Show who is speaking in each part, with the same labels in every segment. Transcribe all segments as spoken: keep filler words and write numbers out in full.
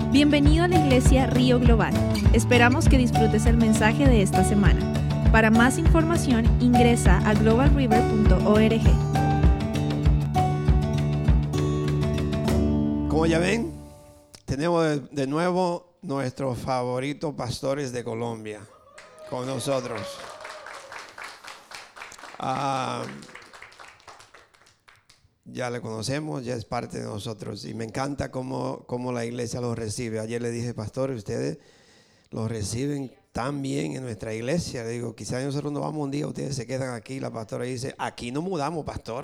Speaker 1: Bienvenido a la Iglesia Río Global. Esperamos que disfrutes el mensaje de esta semana. Para más información, ingresa a global river punto org.
Speaker 2: Como ya ven, tenemos de, de nuevo nuestros favoritos pastores de Colombia con nosotros. Uh, ya le conocemos, ya es parte de nosotros y me encanta cómo, cómo la iglesia los recibe. Ayer le dije, pastor, ustedes los reciben tan bien en nuestra iglesia. Le digo, quizás nosotros nos vamos un día, ustedes se quedan aquí. La pastora dice, aquí nos mudamos, pastor.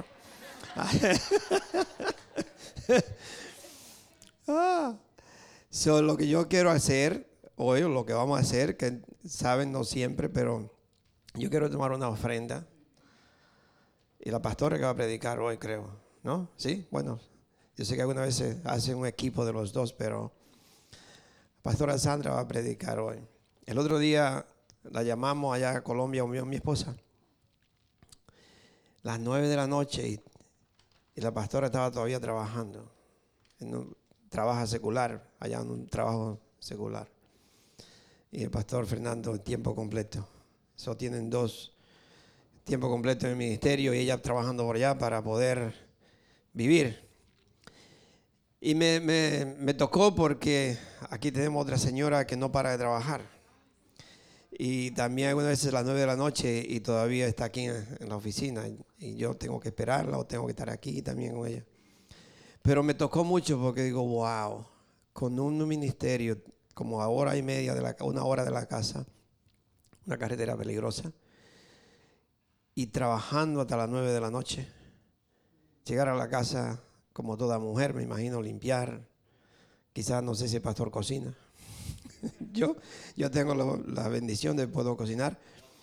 Speaker 2: ah. So, lo que yo quiero hacer hoy, lo que vamos a hacer, que saben no siempre, pero yo quiero tomar una ofrenda. Y la pastora que va a predicar hoy, creo, ¿no? Sí, bueno, yo sé que algunas veces hace un equipo de los dos, pero la pastora Sandra va a predicar hoy. El otro día la llamamos allá a Colombia, mi, mi esposa, las nueve de la noche y, y la pastora estaba todavía trabajando. En un, trabaja secular, allá en un trabajo secular. Y el pastor Fernando, tiempo completo. Eso tienen dos tiempo completo en el ministerio y ella trabajando por allá para poder vivir. Y me, me, me tocó porque aquí tenemos otra señora que no para de trabajar. Y también algunas veces a las nueve de la noche y todavía está aquí en, en la oficina. Y yo tengo que esperarla o tengo que estar aquí también con ella. Pero me tocó mucho porque digo, wow, con un ministerio como a hora y media, de la, una hora de la casa, una carretera peligrosa, y trabajando hasta las nueve de la noche, llegar a la casa como toda mujer, me imagino, limpiar, quizás no sé si el pastor cocina. yo, yo tengo lo, la bendición de poder cocinar.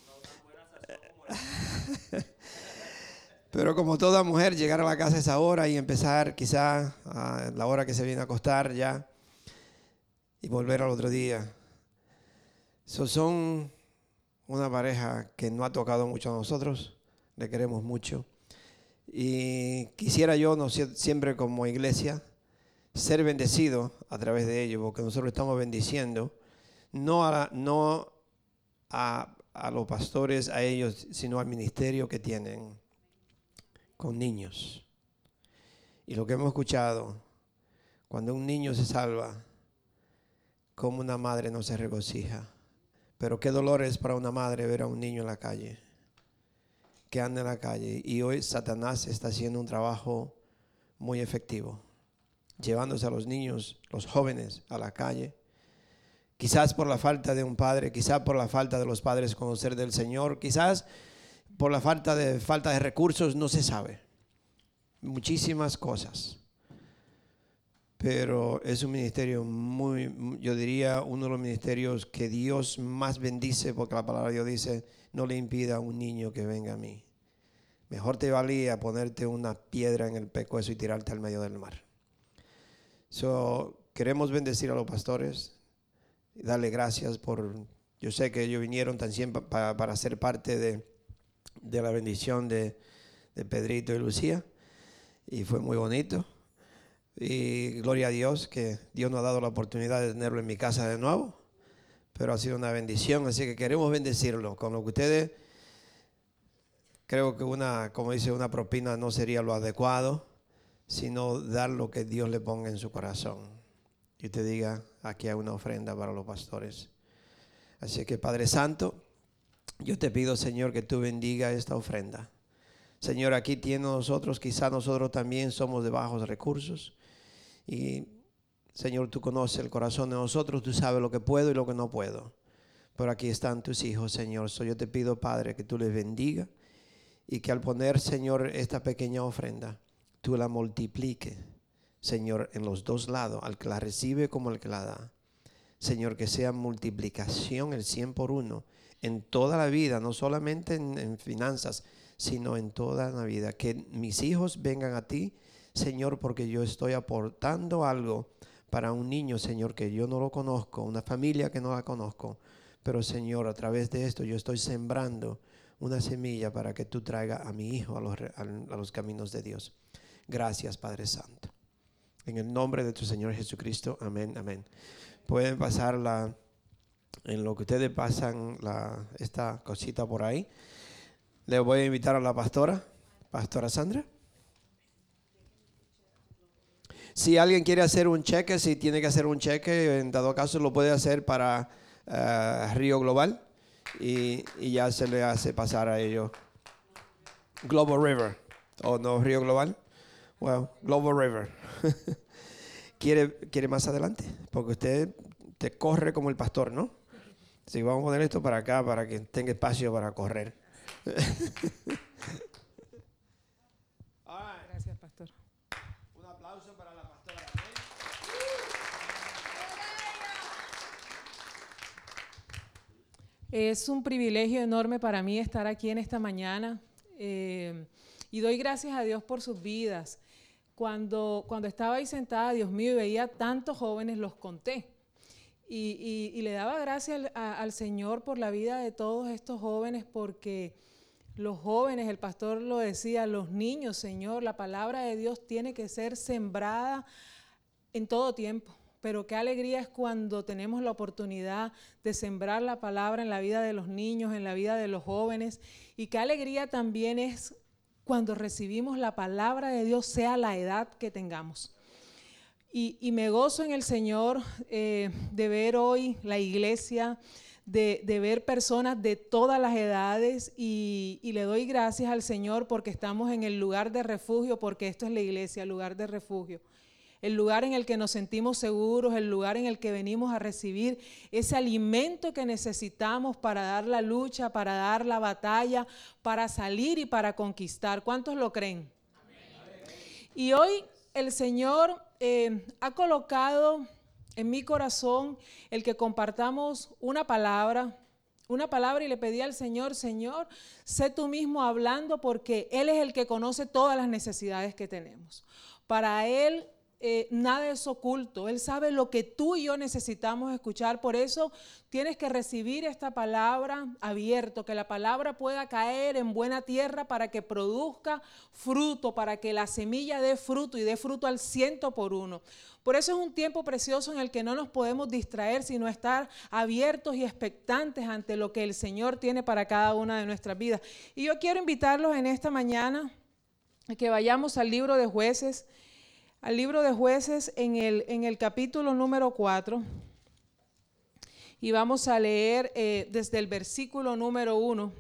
Speaker 2: Pero como toda mujer, llegar a la casa a esa hora y empezar quizás a la hora que se viene a acostar ya y volver al otro día. So, son una pareja que no ha tocado mucho a nosotros, le queremos mucho. Y quisiera yo, no, siempre como iglesia, ser bendecido a través de ellos, porque nosotros estamos bendiciendo no a, no a, a los pastores, a ellos, sino al ministerio que tienen con niños. Y lo que hemos escuchado, cuando un niño se salva, como una madre no se regocija. Pero qué dolor es para una madre ver a un niño en la calle, que anda en la calle. Y hoy Satanás está haciendo un trabajo muy efectivo, llevándose a los niños, los jóvenes a la calle. Quizás por la falta de un padre, quizás por la falta de los padres conocer del Señor, quizás por la falta de, falta de recursos, no se sabe. Muchísimas cosas. Pero es un ministerio muy, yo diría, uno de los ministerios que Dios más bendice, porque la palabra de Dios dice, no le impida a un niño que venga a mí. Mejor te valía ponerte una piedra en el pescuezo y tirarte al medio del mar. So, queremos bendecir a los pastores y darle gracias por, yo sé que ellos vinieron también para, para ser parte de, de la bendición de, de Pedrito y Lucía, y fue muy bonito. Y gloria a Dios que Dios nos ha dado la oportunidad de tenerlo en mi casa de nuevo, pero ha sido una bendición, así que queremos bendecirlo con lo que ustedes, creo que una, como dice, una propina no sería lo adecuado, sino dar lo que Dios le ponga en su corazón. Y usted diga, aquí hay una ofrenda para los pastores. Así que Padre Santo, yo te pido, Señor, que tú bendiga esta ofrenda. Señor, aquí tiene nosotros, quizás nosotros también somos de bajos recursos. Y Señor, tú conoces el corazón de nosotros, tú sabes lo que puedo y lo que no puedo. Pero aquí están tus hijos, Señor. So, yo te pido, Padre, que tú les bendiga y que al poner, Señor, esta pequeña ofrenda, tú la multipliques, Señor, en los dos lados, al que la recibe como al que la da. Señor, que sea multiplicación el cien por uno en toda la vida, no solamente en, en finanzas, sino en toda la vida. Que mis hijos vengan a ti, Señor, porque yo estoy aportando algo para un niño, Señor, que yo no lo conozco, una familia que no la conozco. Pero, Señor, a través de esto yo estoy sembrando una semilla para que tú traigas a mi hijo a los, a los caminos de Dios. Gracias, Padre Santo. En el nombre de tu Señor Jesucristo. Amén, amén. Pueden pasarla, en lo que ustedes pasan la, esta cosita por ahí. Le voy a invitar a la pastora, Pastora Sandra. Si alguien quiere hacer un cheque, si tiene que hacer un cheque, en dado caso lo puede hacer para uh, Río Global y, y ya se le hace pasar a ellos. Global River, o oh, no, Río Global. Well, Global River. ¿Quiere, ¿Quiere más adelante? Porque usted te corre como el pastor, ¿no? Así que vamos a poner esto para acá para que tenga espacio para correr.
Speaker 3: Gracias, pastor.
Speaker 2: Un aplauso para la pastora.
Speaker 3: Es un privilegio enorme para mí estar aquí en esta mañana. Eh, y doy gracias a Dios por sus vidas. Cuando, cuando estaba ahí sentada, Dios mío, y veía tantos jóvenes, los conté. Y, y, y le daba gracias al, a, al Señor por la vida de todos estos jóvenes, porque los jóvenes, el pastor lo decía, los niños, Señor, la palabra de Dios tiene que ser sembrada en todo tiempo. Pero qué alegría es cuando tenemos la oportunidad de sembrar la palabra en la vida de los niños, en la vida de los jóvenes. Y qué alegría también es cuando recibimos la palabra de Dios, sea la edad que tengamos. Y, y me gozo en el Señor eh, de ver hoy la iglesia, de, de ver personas de todas las edades y, y le doy gracias al Señor porque estamos en el lugar de refugio, porque esto es la iglesia, el lugar de refugio. El lugar en el que nos sentimos seguros, el lugar en el que venimos a recibir ese alimento que necesitamos para dar la lucha, para dar la batalla, para salir y para conquistar. ¿Cuántos lo creen? Amén. Y hoy el Señor eh, ha colocado en mi corazón el que compartamos una palabra, una palabra y le pedí al Señor, Señor, sé tú mismo hablando porque Él es el que conoce todas las necesidades que tenemos. Para Él Eh, nada es oculto, Él sabe lo que tú y yo necesitamos escuchar, por eso tienes que recibir esta palabra abierto, que la palabra pueda caer en buena tierra para que produzca fruto, para que la semilla dé fruto y dé fruto al ciento por uno. Por eso es un tiempo precioso en el que no nos podemos distraer, sino estar abiertos y expectantes ante lo que el Señor tiene para cada una de nuestras vidas. Y yo quiero invitarlos en esta mañana a que vayamos al libro de Jueces, al libro de Jueces en el, en el capítulo número cuatro y vamos a leer eh, desde el versículo número uno.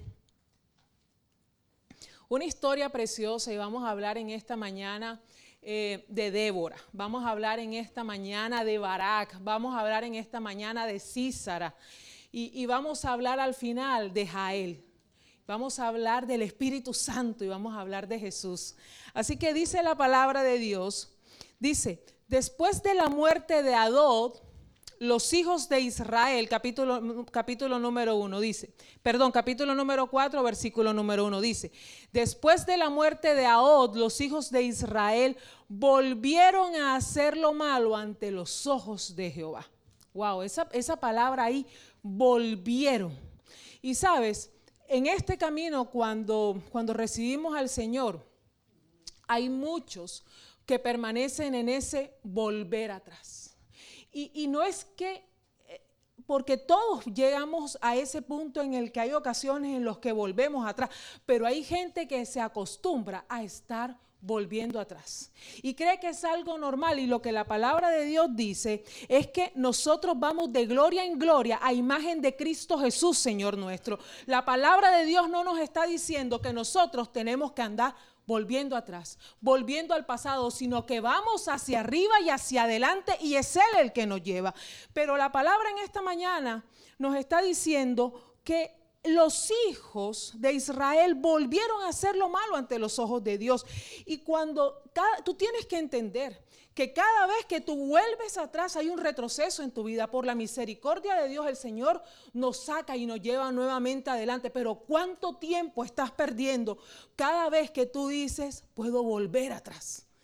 Speaker 3: Una historia preciosa y vamos a hablar en esta mañana eh, de Débora, vamos a hablar en esta mañana de Barak, vamos a hablar en esta mañana de Sísara y, y vamos a hablar al final de Jael. Vamos a hablar del Espíritu Santo y vamos a hablar de Jesús. Así que dice la palabra de Dios. Dice, después de la muerte de Adod, los hijos de Israel, capítulo, capítulo número uno, dice, perdón, capítulo número cuatro, versículo número uno, dice, después de la muerte de Adod, los hijos de Israel volvieron a hacer lo malo ante los ojos de Jehová. Wow, esa, esa palabra ahí, volvieron. Y sabes, en este camino, cuando, cuando recibimos al Señor, hay muchos que permanecen en ese volver atrás. Y, y no es que, porque todos llegamos a ese punto en el que hay ocasiones en los que volvemos atrás, pero hay gente que se acostumbra a estar volviendo atrás y cree que es algo normal, y lo que la palabra de Dios dice es que nosotros vamos de gloria en gloria a imagen de Cristo Jesús, Señor nuestro. La palabra de Dios no nos está diciendo que nosotros tenemos que andar volviendo atrás, volviendo al pasado, sino que vamos hacia arriba y hacia adelante y es Él el que nos lleva. Pero la palabra en esta mañana nos está diciendo que los hijos de Israel volvieron a hacer lo malo ante los ojos de Dios. Y cuando cada, tú tienes que entender que cada vez que tú vuelves atrás hay un retroceso en tu vida. Por la misericordia de Dios el Señor nos saca y nos lleva nuevamente adelante. Pero ¿cuánto tiempo estás perdiendo cada vez que tú dices puedo volver atrás?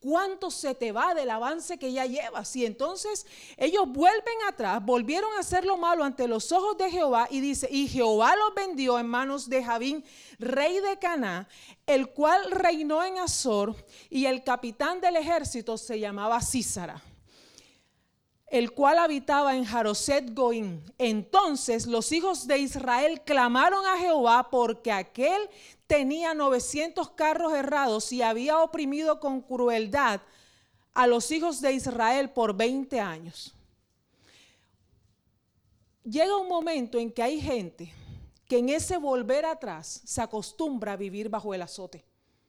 Speaker 3: ¿cuánto se te va del avance que ya llevas? Y entonces ellos vuelven atrás, volvieron a hacer lo malo ante los ojos de Jehová, y dice, y Jehová los vendió en manos de Jabín, rey de Caná, el cual reinó en Azor, y el capitán del ejército se llamaba Sísara, el cual habitaba en Jaroset Goín. Entonces los hijos de Israel clamaron a Jehová, porque aquel tenía novecientos carros herrados y había oprimido con crueldad a los hijos de Israel por veinte años. Llega un momento en que hay gente que en ese volver atrás se acostumbra a vivir bajo el azote.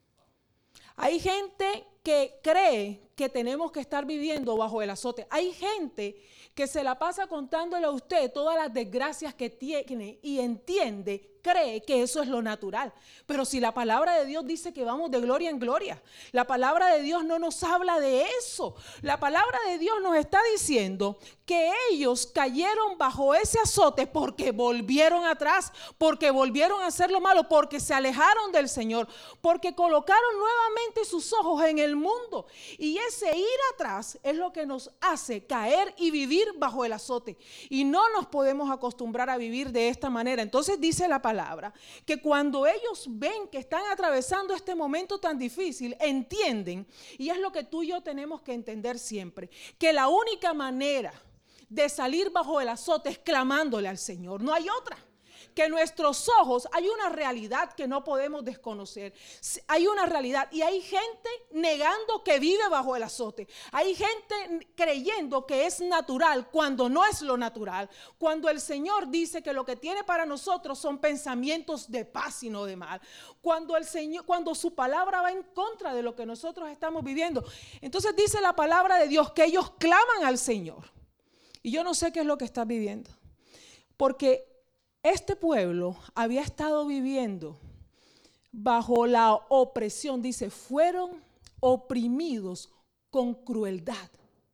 Speaker 3: Hay gente que cree que tenemos que estar viviendo bajo el azote. Hay gente que se la pasa contándole a usted todas las desgracias que tiene y entiende, cree que eso es lo natural. Pero si la palabra de Dios dice que vamos de gloria en gloria, la palabra de Dios no nos habla de eso. La palabra de Dios nos está diciendo que ellos cayeron bajo ese azote porque volvieron atrás, porque volvieron a hacer lo malo, porque se alejaron del Señor, porque colocaron nuevamente sus ojos en el mundo. Y ese ir atrás es lo que nos hace caer y vivir bajo el azote. Y no nos podemos acostumbrar a vivir de esta manera. Entonces dice la palabra que cuando ellos ven que están atravesando este momento tan difícil, entienden, y es lo que tú y yo tenemos que entender siempre, que la única manera de salir bajo el azote es clamándole al Señor. No hay otra. Que nuestros ojos, hay una realidad que no podemos desconocer. Hay una realidad, y hay gente negando que vive bajo el azote. Hay gente creyendo que es natural cuando no es lo natural. Cuando el Señor dice que lo que tiene para nosotros son pensamientos de paz y no de mal. Cuando el Señor, cuando su palabra va en contra de lo que nosotros estamos viviendo. Entonces dice la palabra de Dios que ellos claman al Señor. Y yo no sé qué es lo que estás viviendo. Porque este pueblo había estado viviendo bajo la opresión, dice, fueron oprimidos con crueldad,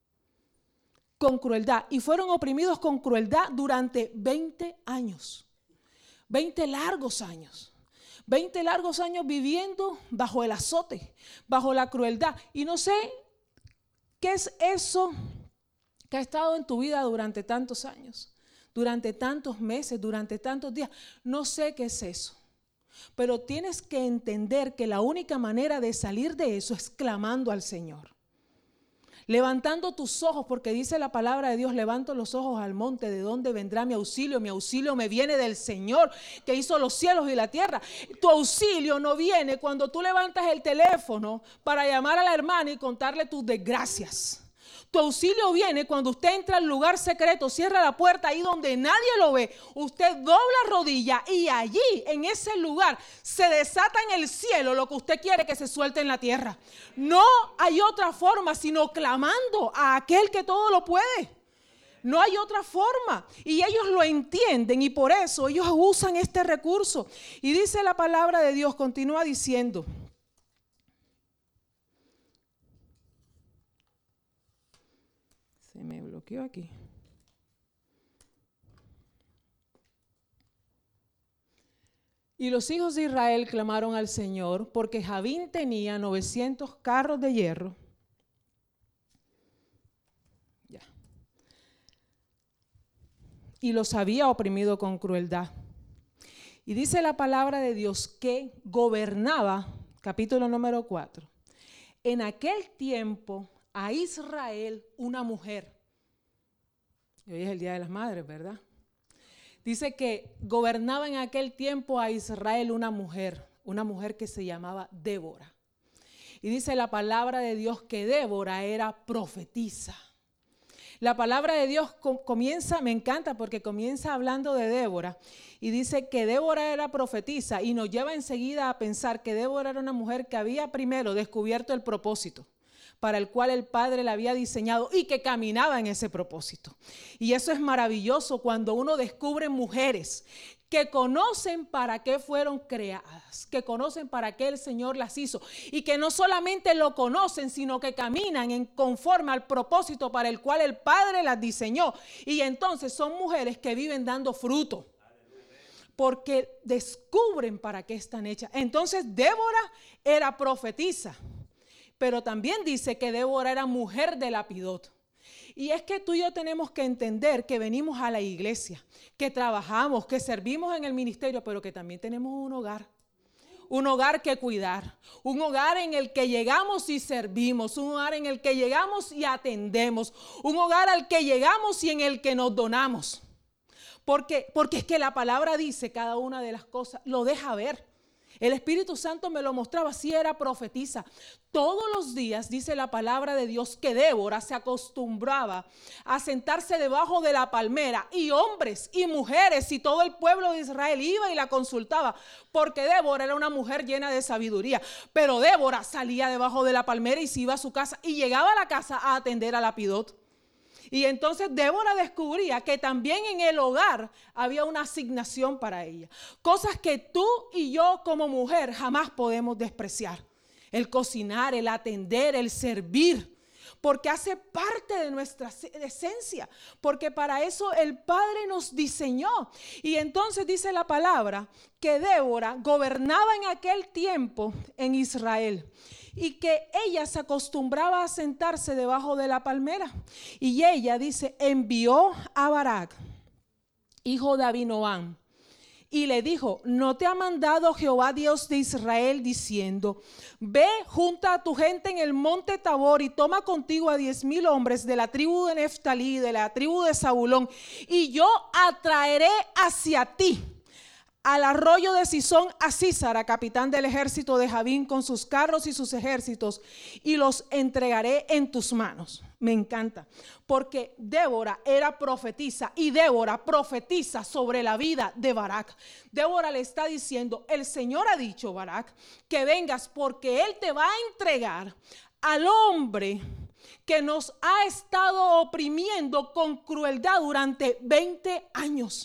Speaker 3: con crueldad, y fueron oprimidos con crueldad durante veinte años, veinte largos años, veinte largos años viviendo bajo el azote, bajo la crueldad. Y no sé qué es eso que ha estado en tu vida durante tantos años. Durante tantos meses, durante tantos días, no sé qué es eso, pero tienes que entender que la única manera de salir de eso es clamando al Señor, levantando tus ojos, porque dice la palabra de Dios, levanto los ojos al monte, ¿de dónde vendrá mi auxilio? Mi auxilio me viene del Señor que hizo los cielos y la tierra. Tu auxilio no viene cuando tú levantas el teléfono para llamar a la hermana y contarle tus desgracias. Tu auxilio viene cuando usted entra al lugar secreto, cierra la puerta ahí donde nadie lo ve, usted dobla rodilla y allí en ese lugar se desata en el cielo lo que usted quiere que se suelte en la tierra. No hay otra forma sino clamando a aquel que todo lo puede. No hay otra forma, y ellos lo entienden, y por eso ellos usan este recurso. Y dice la palabra de Dios, continúa diciendo: se me bloqueó aquí. Y los hijos de Israel clamaron al Señor, porque Jabín tenía novecientos carros de hierro. Ya. Y los había oprimido con crueldad. Y dice la palabra de Dios que gobernaba, capítulo número cuatro, en aquel tiempo a Israel una mujer. Y hoy es el Día de las Madres, ¿verdad? Dice que gobernaba en aquel tiempo a Israel una mujer, una mujer que se llamaba Débora. Y dice la palabra de Dios que Débora era profetisa. La palabra de Dios comienza, me encanta porque comienza hablando de Débora y dice que Débora era profetisa, y nos lleva enseguida a pensar que Débora era una mujer que había primero descubierto el propósito para el cual el Padre la había diseñado y que caminaba en ese propósito. Y eso es maravilloso cuando uno descubre mujeres que conocen para qué fueron creadas, que conocen para qué el Señor las hizo, y que no solamente lo conocen, sino que caminan en conforme al propósito para el cual el Padre las diseñó. Y entonces son mujeres que viven dando fruto, porque descubren para qué están hechas. Entonces Débora era profetisa. pero también dice que Débora era mujer de Lapidot. Y es que tú y yo tenemos que entender que venimos a la iglesia, que trabajamos, que servimos en el ministerio, pero que también tenemos un hogar. Un hogar que cuidar, un hogar en el que llegamos y servimos, un hogar en el que llegamos y atendemos, un hogar al que llegamos y en el que nos donamos. Porque, porque es que la palabra dice cada una de las cosas, lo deja ver. El Espíritu Santo me lo mostraba, así era profetisa. Todos los días dice la palabra de Dios que Débora se acostumbraba a sentarse debajo de la palmera y hombres y mujeres y todo el pueblo de Israel iba y la consultaba porque Débora era una mujer llena de sabiduría. Pero Débora salía debajo de la palmera y se iba a su casa y llegaba a la casa a atender a Lapidot. Y entonces Débora descubría que también en el hogar había una asignación para ella. Cosas que tú y yo como mujer jamás podemos despreciar. El cocinar, el atender, el servir. Porque hace parte de nuestra esencia. Porque para eso el Padre nos diseñó. Y entonces dice la palabra que Débora gobernaba en aquel tiempo en Israel. Y que ella se acostumbraba a sentarse debajo de la palmera. Y ella dice, envió a Barak, hijo de Abinoam, y le dijo, ¿no te ha mandado Jehová Dios de Israel diciendo, ve, junta a tu gente en el monte Tabor y toma contigo a diez mil hombres de la tribu de Neftalí, de la tribu de Zabulón, y yo atraeré hacia ti al arroyo de Sisón a Sísara, capitán del ejército de Jabín, con sus carros y sus ejércitos, y los entregaré en tus manos. Me encanta, porque Débora era profetisa, y Débora profetiza sobre la vida de Barak. Débora le está diciendo, el Señor ha dicho, Barak, que vengas porque Él te va a entregar al hombre que nos ha estado oprimiendo con crueldad durante veinte años.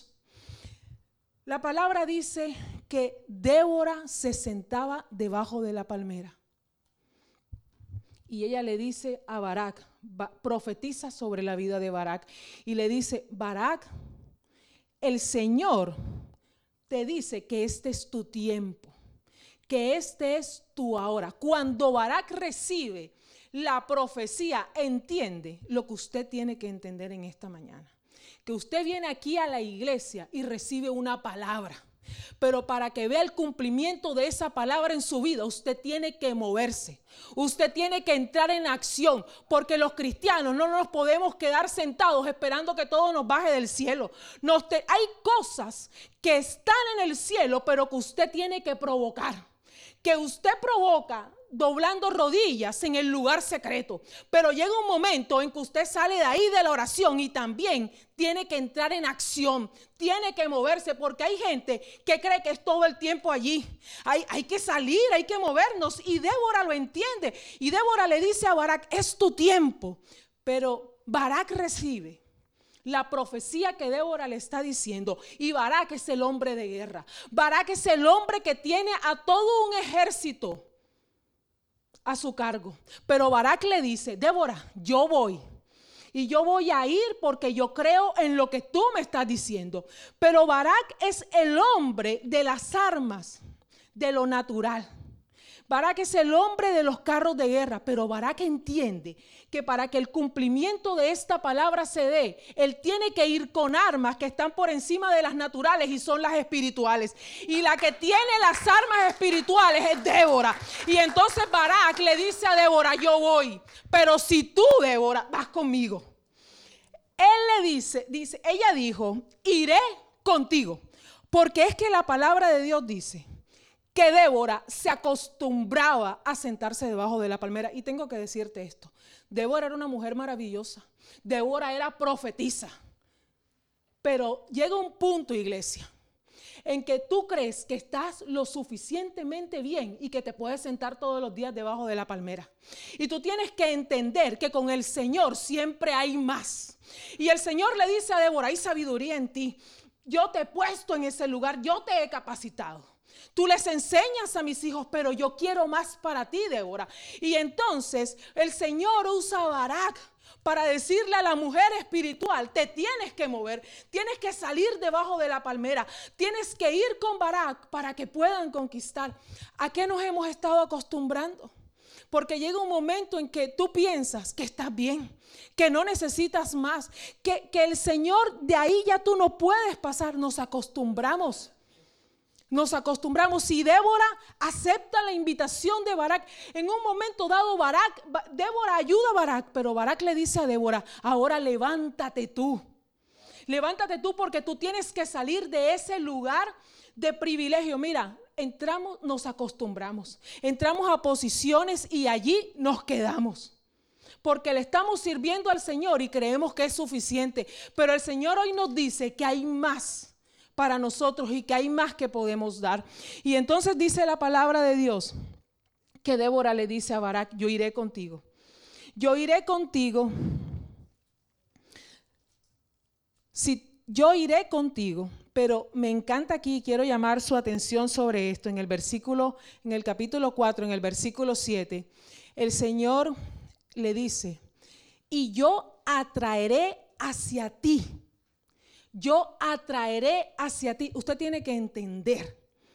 Speaker 3: La palabra dice que Débora se sentaba debajo de la palmera. Y ella le dice a Barak, profetiza sobre la vida de Barak. Y le dice, Barak, el Señor te dice que este es tu tiempo, que este es tu ahora. Cuando Barak recibe la profecía, entiende lo que usted tiene que entender en esta mañana. Que usted viene aquí a la iglesia y recibe una palabra, pero para que vea el cumplimiento de esa palabra en su vida, usted tiene que moverse, usted tiene que entrar en acción, porque los cristianos no nos podemos quedar sentados esperando que todo nos baje del cielo. Nos te, hay cosas que están en el cielo, pero que usted tiene que provocar, que usted provoca doblando rodillas en el lugar secreto, pero llega un momento en que usted sale de ahí de la oración y también tiene que entrar en acción, tiene que moverse, porque hay gente que cree que es todo el tiempo allí. Hay, hay que salir, hay que movernos, y Débora lo entiende, y Débora le dice a Barak, es tu tiempo. Pero Barak recibe la profecía que Débora le está diciendo, y Barak es el hombre de guerra. Barak es el hombre que tiene a todo un ejército a su cargo. Pero Barak le dice, Débora, yo voy. Y yo voy a ir porque yo creo en lo que tú me estás diciendo. Pero Barak es el hombre de las armas, de lo natural. Barak es el hombre de los carros de guerra, pero Barak entiende que para que el cumplimiento de esta palabra se dé, él tiene que ir con armas que están por encima de las naturales y son las espirituales. Y la que tiene las armas espirituales es Débora. Y entonces Barak le dice a Débora, yo voy, pero si tú, Débora, vas conmigo. Él le dice, dice, ella dijo, iré contigo, porque es que la palabra de Dios dice que Débora se acostumbraba a sentarse debajo de la palmera. Y tengo que decirte esto, Débora era una mujer maravillosa, Débora era profetisa, pero llega un punto, iglesia, en que tú crees que estás lo suficientemente bien y que te puedes sentar todos los días debajo de la palmera. Y tú tienes que entender que con el Señor siempre hay más. Y el Señor le dice a Débora, hay sabiduría en ti, yo te he puesto en ese lugar, yo te he capacitado. Tú les enseñas a mis hijos, pero yo quiero más para ti, Débora. Y entonces el Señor usa a Barak para decirle a la mujer espiritual, te tienes que mover, tienes que salir debajo de la palmera, tienes que ir con Barak para que puedan conquistar. ¿A qué nos hemos estado acostumbrando? Porque llega un momento en que tú piensas que estás bien, que no necesitas más, que, que el Señor de ahí ya tú no puedes pasar. Nos acostumbramos. Nos acostumbramos. Y Débora acepta la invitación de Barak. En un momento dado, Barak, Débora ayuda a Barak, pero Barak le dice a Débora: ahora levántate tú. Levántate tú porque tú tienes que salir de ese lugar de privilegio. Mira, entramos, nos acostumbramos, entramos a posiciones y allí nos quedamos. Porque le estamos sirviendo al Señor y creemos que es suficiente. Pero el Señor hoy nos dice que hay más para nosotros y que hay más que podemos dar. Y entonces dice la palabra de Dios que Débora le dice a Barak: yo iré contigo. Yo iré contigo. Si yo iré contigo. Pero me encanta aquí, quiero llamar su atención sobre esto. En el versículo, en el capítulo cuatro, en el versículo siete, el Señor le dice: y yo atraeré hacia ti. Yo atraeré hacia ti. Usted tiene que entender.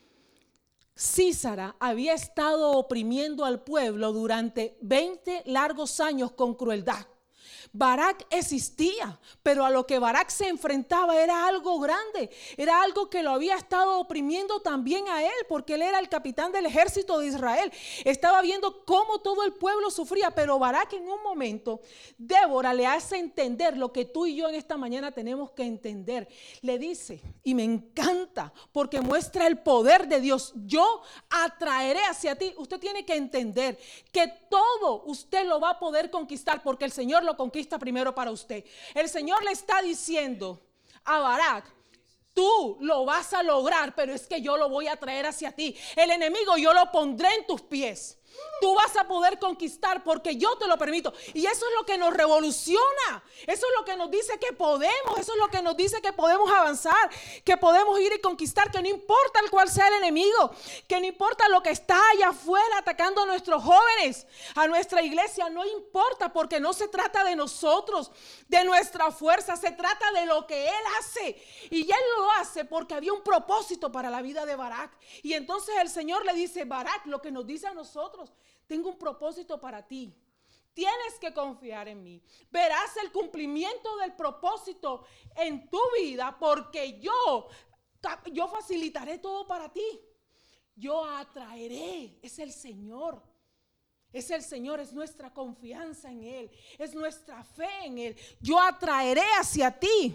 Speaker 3: Sísara había estado oprimiendo al pueblo durante veinte largos años con crueldad. Barak existía, pero a lo que Barak se enfrentaba era algo grande, era algo que lo había estado oprimiendo también a él, porque él era el capitán del ejército de Israel. Estaba viendo cómo todo el pueblo sufría, pero Barak en un momento, Débora le hace entender lo que tú y yo en esta mañana tenemos que entender. Le dice, y me encanta, porque muestra el poder de Dios: yo atraeré hacia ti. Usted tiene que entender que todo usted lo va a poder conquistar, porque el Señor lo conquista primero para usted. El Señor le está diciendo a Barak: tú lo vas a lograr, pero es que yo lo voy a traer hacia ti. El enemigo yo lo pondré en tus pies. Tú vas a poder conquistar porque yo te lo permito. Y eso es lo que nos revoluciona. Eso es lo que nos dice que podemos. Eso es lo que nos dice que podemos avanzar, que podemos ir y conquistar, que no importa el cual sea el enemigo, que no importa lo que está allá afuera atacando a nuestros jóvenes, a nuestra iglesia. No importa, porque no se trata de nosotros, de nuestra fuerza. Se trata de lo que Él hace. Y Él lo hace porque había un propósito para la vida de Barak. Y entonces el Señor le dice: Barak, lo que nos dice a nosotros: tengo un propósito para ti. Tienes que confiar en mí. Verás el cumplimiento del propósito en tu vida, porque yo, yo facilitaré todo para ti. Yo atraeré. Es el Señor. Es el Señor, es nuestra confianza en Él. Es nuestra fe en Él. Yo atraeré hacia ti.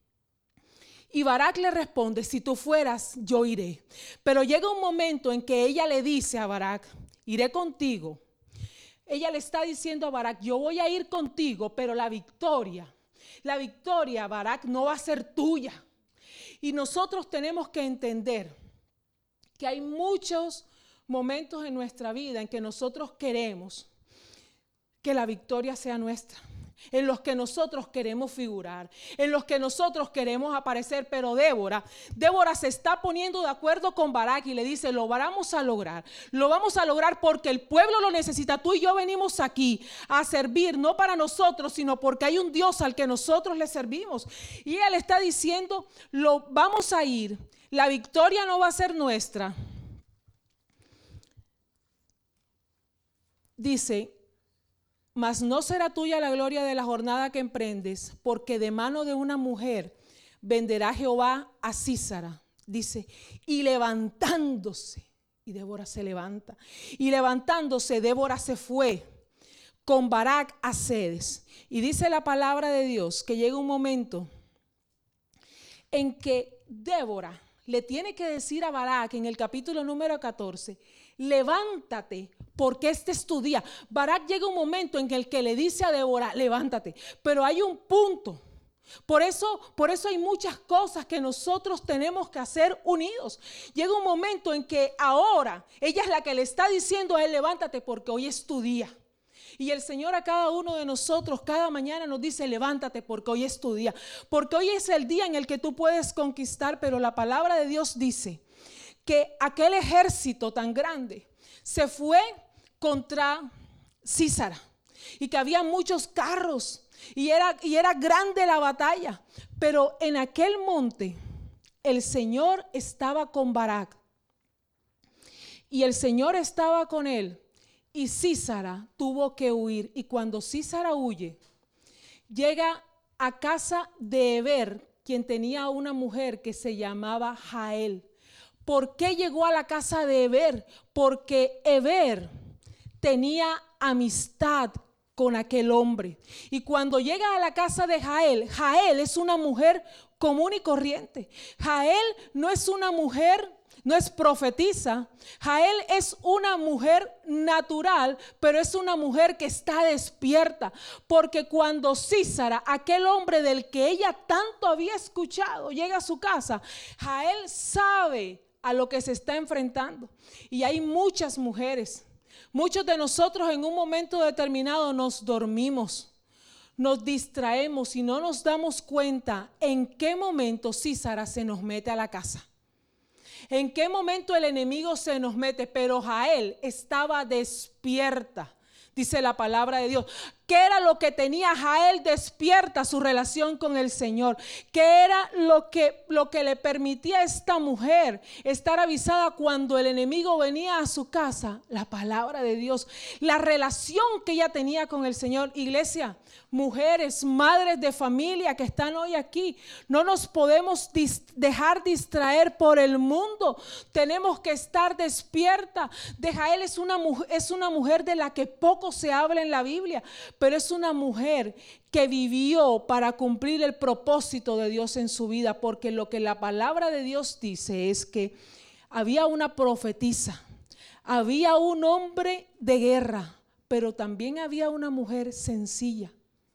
Speaker 3: Y Barak le responde: si tú fueras, yo iré. Pero llega un momento en que ella le dice a Barak: iré contigo. Ella le está diciendo a Barak: yo voy a ir contigo, pero la victoria, la victoria, Barak, no va a ser tuya. Y nosotros tenemos que entender que hay muchos momentos en nuestra vida en que nosotros queremos que la victoria sea nuestra, en los que nosotros queremos figurar, en los que nosotros queremos aparecer. Pero Débora, Débora se está poniendo de acuerdo con Barak y le dice: lo vamos a lograr, lo vamos a lograr porque el pueblo lo necesita. Tú y yo venimos aquí a servir, no para nosotros, sino porque hay un Dios al que nosotros le servimos. Y ella le está diciendo: lo vamos a ir, la victoria no va a ser nuestra. Dice: mas no será tuya la gloria de la jornada que emprendes, porque de mano de una mujer venderá Jehová a Sísara. Dice: y levantándose, y Débora se levanta, y levantándose Débora se fue con Barak a Cedes. Y dice la palabra de Dios que llega un momento en que Débora le tiene que decir a Barak en el capítulo número catorce: levántate, porque este es tu día. Barak llega un momento en el que le dice a Débora: levántate, pero hay un punto. Por eso, por eso hay muchas cosas que nosotros tenemos que hacer unidos. Llega un momento en que ahora ella es la que le está diciendo a él: levántate, porque hoy es tu día. Y el Señor a cada uno de nosotros cada mañana nos dice: levántate, porque hoy es tu día, porque hoy es el día en el que tú puedes conquistar. Pero la palabra de Dios dice que aquel ejército tan grande se fue contra Sísara y que había muchos carros y era, y era grande la batalla. Pero en aquel monte el Señor estaba con Barak y el Señor estaba con él. y Sísara tuvo que huir. Y cuando Sísara huye, llega a casa de Heber, quien tenía una mujer que se llamaba Jael. ¿Por qué llegó a la casa de Heber? Porque Heber tenía amistad con aquel hombre. Y cuando llega a la casa de Jael, Jael es una mujer común y corriente. Jael no es una mujer, no es profetisa. Jael es una mujer natural, pero es una mujer que está despierta. Porque cuando Sísara, aquel hombre del que ella tanto había escuchado, llega a su casa, Jael sabe a lo que se está enfrentando. Y hay muchas mujeres, muchos de nosotros en un momento determinado nos dormimos, nos distraemos y no nos damos cuenta en qué momento Sísara se nos mete a la casa. En qué momento el enemigo se nos mete, pero Jael estaba despierta, dice la palabra de Dios. ¿Qué era lo que tenía Jael despierta? Su relación con el Señor. ¿Qué era lo que, lo que le permitía a esta mujer estar avisada cuando el enemigo venía a su casa? La palabra de Dios, la relación que ella tenía con el Señor. Iglesia, mujeres, madres de familia que están hoy aquí, no nos podemos dis- dejar distraer por el mundo. Tenemos que estar despierta. De Jael es una, es una mujer de la que poco se habla en la Biblia, pero es una mujer que vivió para cumplir el propósito de Dios en su vida, porque lo que la palabra de Dios dice es que había una profetisa, había un hombre de guerra, pero también había una mujer sencilla,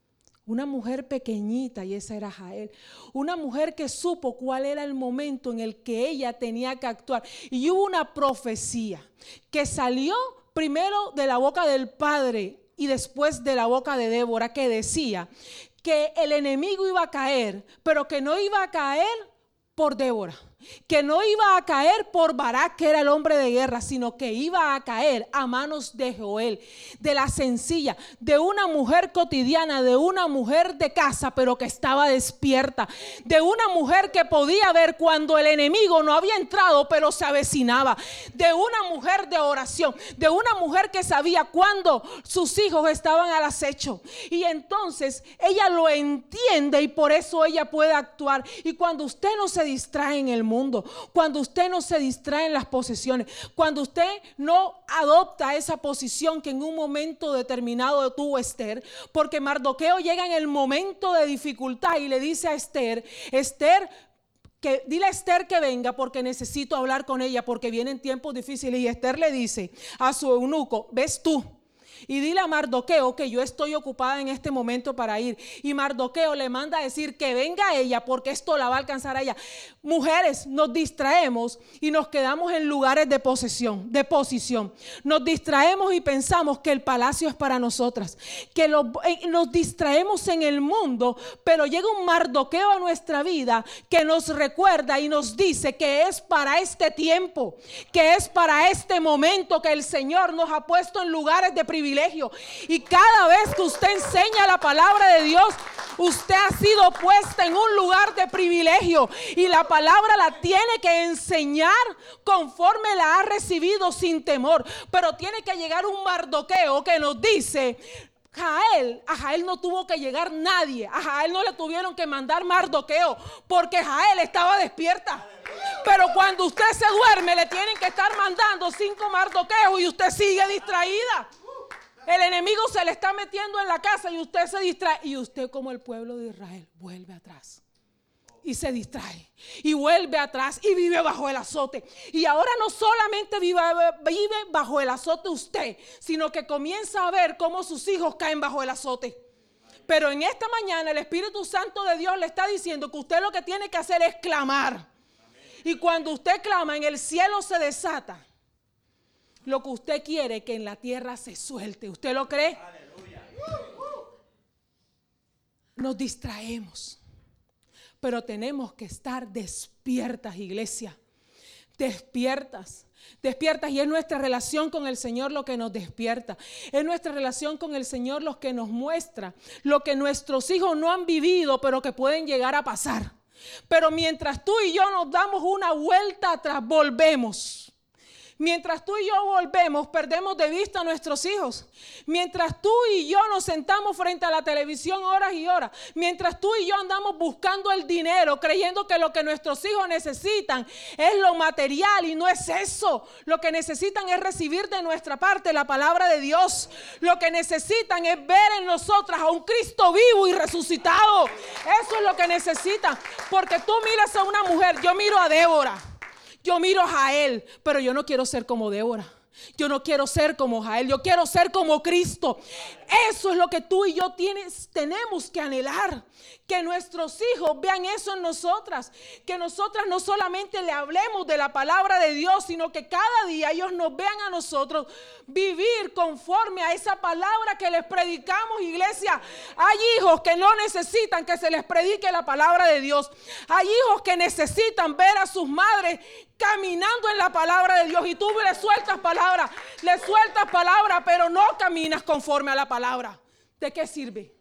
Speaker 3: una mujer pequeñita, y esa era Jael, una mujer que supo cuál era el momento en el que ella tenía que actuar. Y hubo una profecía que salió primero de la boca del padre y después de la boca de Débora, que decía que el enemigo iba a caer, pero que no iba a caer por Débora, que no iba a caer por Barak, que era el hombre de guerra, sino que iba a caer a manos de Joel, de la sencilla, de una mujer cotidiana, de una mujer de casa, pero que estaba despierta, de una mujer que podía ver cuando el enemigo no había entrado, pero se avecinaba, de una mujer de oración, de una mujer que sabía cuando sus hijos estaban al acecho. Y entonces ella lo entiende y por eso ella puede actuar. Y cuando usted no se distrae en el mundo, cuando usted no se distrae en las posesiones, cuando usted no adopta esa posición que en un momento determinado tuvo Esther, porque Mardoqueo llega en el momento de dificultad y le dice a Esther, Esther, que dile a Esther que venga porque necesito hablar con ella porque vienen tiempos difíciles. Y Esther le dice a su eunuco, ves tú y dile a Mardoqueo que yo estoy ocupada en este momento para ir. Y Mardoqueo le manda a decir que venga ella porque esto la va a alcanzar a ella. Mujeres, nos distraemos y nos quedamos en lugares de posesión, de posición. Nos distraemos y pensamos que el palacio es para nosotras, que lo, eh, nos distraemos en el mundo, pero llega un Mardoqueo a nuestra vida que nos recuerda y nos dice que es para este tiempo, que es para este momento que el Señor nos ha puesto en lugares de privilegio. Y cada vez que usted enseña la palabra de Dios, usted ha sido puesta en un lugar de privilegio y la palabra la tiene que enseñar conforme la ha recibido sin temor. Pero tiene que llegar un Mardoqueo que nos dice, Jael, a Jael no tuvo que llegar nadie, a Jael no le tuvieron que mandar Mardoqueo porque Jael estaba despierta. Pero cuando usted se duerme le tienen que estar mandando cinco Mardoqueos y usted sigue distraída. El enemigo se le está metiendo en la casa y usted se distrae. Y usted, como el pueblo de Israel, vuelve atrás y se distrae y vuelve atrás y vive bajo el azote. Y ahora no solamente vive, vive bajo el azote usted, sino que comienza a ver cómo sus hijos caen bajo el azote. Pero en esta mañana el Espíritu Santo de Dios le está diciendo que usted lo que tiene que hacer es clamar. Y cuando usted clama, en el cielo se desata lo que usted quiere que en la tierra se suelte. ¿Usted lo cree? Aleluya. Nos distraemos, pero tenemos que estar despiertas, iglesia. Despiertas, despiertas. Y es nuestra relación con el Señor lo que nos despierta. Es nuestra relación con el Señor lo que nos muestra lo que nuestros hijos no han vivido, pero que pueden llegar a pasar. Pero mientras tú y yo nos damos una vuelta atrás, volvemos. Mientras tú y yo volvemos, perdemos de vista a nuestros hijos. Mientras tú y yo nos sentamos frente a la televisión horas y horas. Mientras tú y yo andamos buscando el dinero, creyendo que lo que nuestros hijos necesitan es lo material, y no es eso. Lo que necesitan es recibir de nuestra parte la palabra de Dios. Lo que necesitan es ver en nosotras a un Cristo vivo y resucitado. Eso es lo que necesitan. Porque tú miras a una mujer, yo miro a Débora. Yo miro a Jael, pero yo no quiero ser como Débora. Yo no quiero ser como Jael, yo quiero ser como Cristo. Eso es lo que tú y yo tienes, tenemos que anhelar. Que nuestros hijos vean eso en nosotras. Que nosotras no solamente le hablemos de la palabra de Dios, sino que cada día ellos nos vean a nosotros vivir conforme a esa palabra que les predicamos, iglesia. Hay hijos que no necesitan que se les predique la palabra de Dios. Hay hijos que necesitan ver a sus madres caminando en la palabra de Dios, y tú le sueltas palabra, le sueltas palabra, pero no caminas conforme a la palabra. ¿De qué sirve?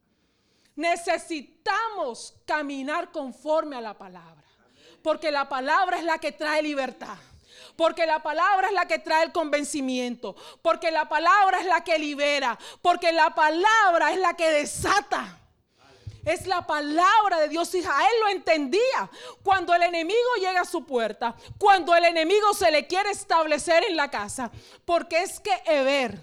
Speaker 3: Necesitamos caminar conforme a la palabra, porque la palabra es la que trae libertad, porque la palabra es la que trae el convencimiento, porque la palabra es la que libera, porque la palabra es la que desata. Es la palabra de Dios, y Jael lo entendía. Cuando el enemigo llega a su puerta, cuando el enemigo se le quiere establecer en la casa, porque es que Heber,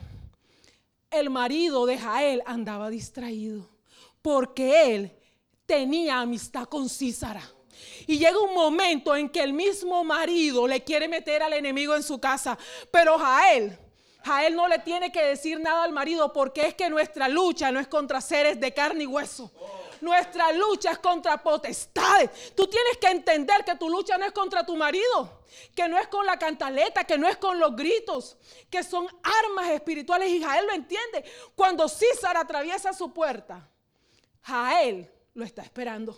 Speaker 3: el marido de Jael, andaba distraído, porque él tenía amistad con Sísara. Y llega un momento en que el mismo marido le quiere meter al enemigo en su casa, pero Jael Jael no le tiene que decir nada al marido, porque es que nuestra lucha no es contra seres de carne y hueso. Nuestra lucha es contra potestades. Tú tienes que entender que tu lucha no es contra tu marido, que no es con la cantaleta, que no es con los gritos, que son armas espirituales. Y Jael lo entiende. Cuando Sísara atraviesa su puerta, Jael lo está esperando.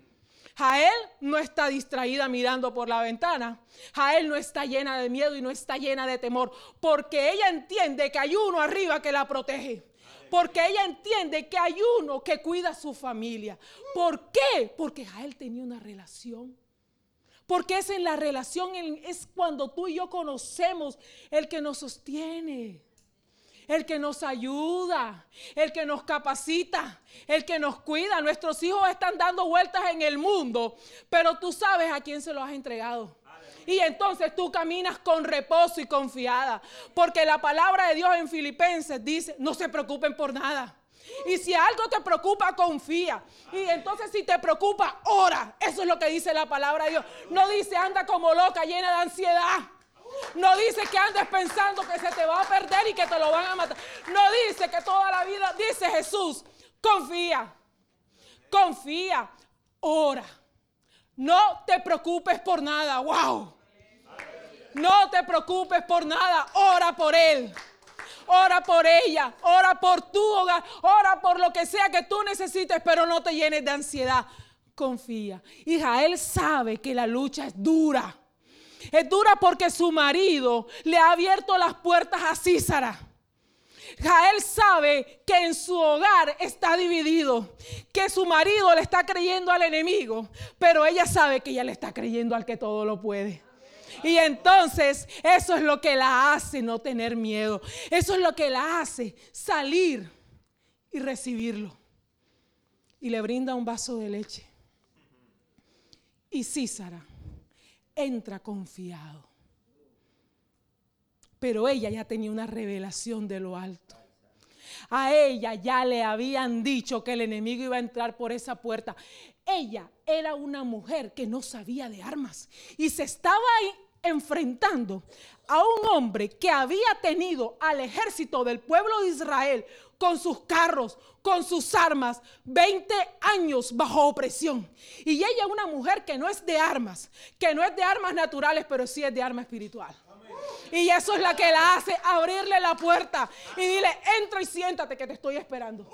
Speaker 3: Jael no está distraída mirando por la ventana. Jael no está llena de miedo y no está llena de temor, porque ella entiende que hay uno arriba que la protege. Porque ella entiende que hay uno que cuida a su familia. ¿Por qué? Porque Jael tenía una relación. Porque es en la relación, es cuando tú y yo conocemos el que nos sostiene, el que nos ayuda, el que nos capacita, el que nos cuida. Nuestros hijos están dando vueltas en el mundo, pero tú sabes a quién se lo has entregado. Y entonces tú caminas con reposo y confiada, porque la palabra de Dios en Filipenses dice: no se preocupen por nada. Y si algo te preocupa, confía. Y entonces si te preocupa, ora. Eso es lo que dice la palabra de Dios. No dice anda como loca, llena de ansiedad. No dice que andes pensando que se te va a perder y que te lo van a matar. No dice que toda la vida, dice Jesús, confía, confía, ora. No te preocupes por nada. Wow. No te preocupes por nada, ora por él. Ora por ella, ora por tu hogar, ora por lo que sea que tú necesites, pero no te llenes de ansiedad. Confía. Y Jael sabe que la lucha es dura. Es dura porque su marido le ha abierto las puertas a Sísara. Jael sabe que en su hogar está dividido, que su marido le está creyendo al enemigo, pero ella sabe que ella le está creyendo al que todo lo puede. Y entonces eso es lo que la hace no tener miedo. Eso es lo que la hace salir y recibirlo. Y le brinda un vaso de leche. Y Sísara entra confiado. Pero ella ya tenía una revelación de lo alto. A ella ya le habían dicho que el enemigo iba a entrar por esa puerta. Ella era una mujer que no sabía de armas y se estaba enfrentando a un hombre que había tenido al ejército del pueblo de Israel con sus carros, con sus armas, veinte años bajo opresión. Y ella es una mujer que no es de armas, que no es de armas naturales, pero sí es de arma espiritual. Y eso es la que la hace abrirle la puerta y dile: entra y siéntate que te estoy esperando.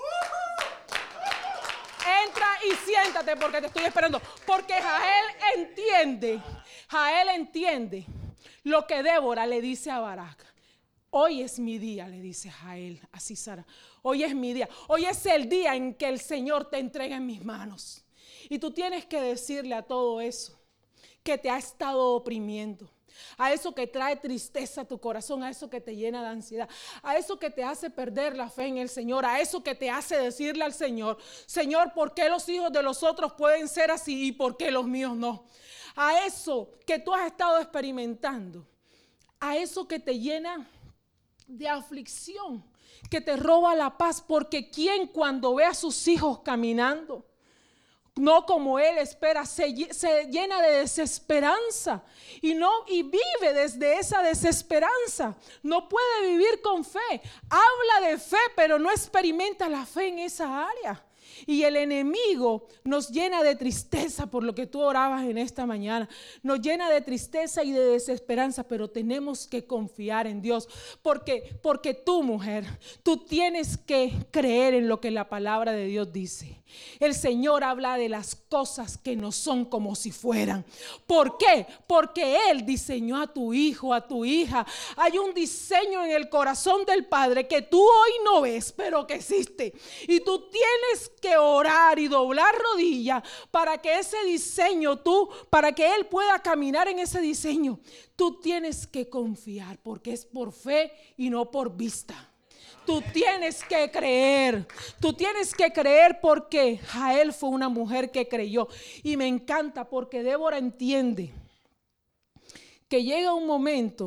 Speaker 3: Entra y siéntate porque te estoy esperando. Porque Jael entiende, Jael entiende lo que Débora le dice a Barak. Hoy es mi día, le dice Jael a Sísara. Hoy es mi día. Hoy es el día en que el Señor te entrega en mis manos. Y tú tienes que decirle a todo eso que te ha estado oprimiendo, a eso que trae tristeza a tu corazón, a eso que te llena de ansiedad, a eso que te hace perder la fe en el Señor, a eso que te hace decirle al Señor, Señor, ¿por qué los hijos de los otros pueden ser así y por qué los míos no? A eso que tú has estado experimentando, a eso que te llena de aflicción, que te roba la paz, porque quien cuando ve a sus hijos caminando no como él espera, se, se llena de desesperanza y, no, y vive desde esa desesperanza. No puede vivir con fe. Habla de fe, pero no experimenta la fe en esa área. Y el enemigo nos llena de tristeza por lo que tú orabas en esta mañana. Nos llena de tristeza y de desesperanza, pero tenemos que confiar en Dios. Porque, porque tú, mujer, tú tienes que creer en lo que la palabra de Dios dice. El Señor habla de las cosas que no son como si fueran. ¿Por qué? Porque Él diseñó a tu hijo, a tu hija. Hay un diseño en el corazón del Padre que tú hoy no ves, pero que existe. Y tú tienes que orar y doblar rodillas para que ese diseño, tú, para que Él pueda caminar en ese diseño. Tú tienes que confiar, porque es por fe y no por vista. Tú tienes que creer, tú tienes que creer porque Jael fue una mujer que creyó. Y me encanta porque Débora entiende que llega un momento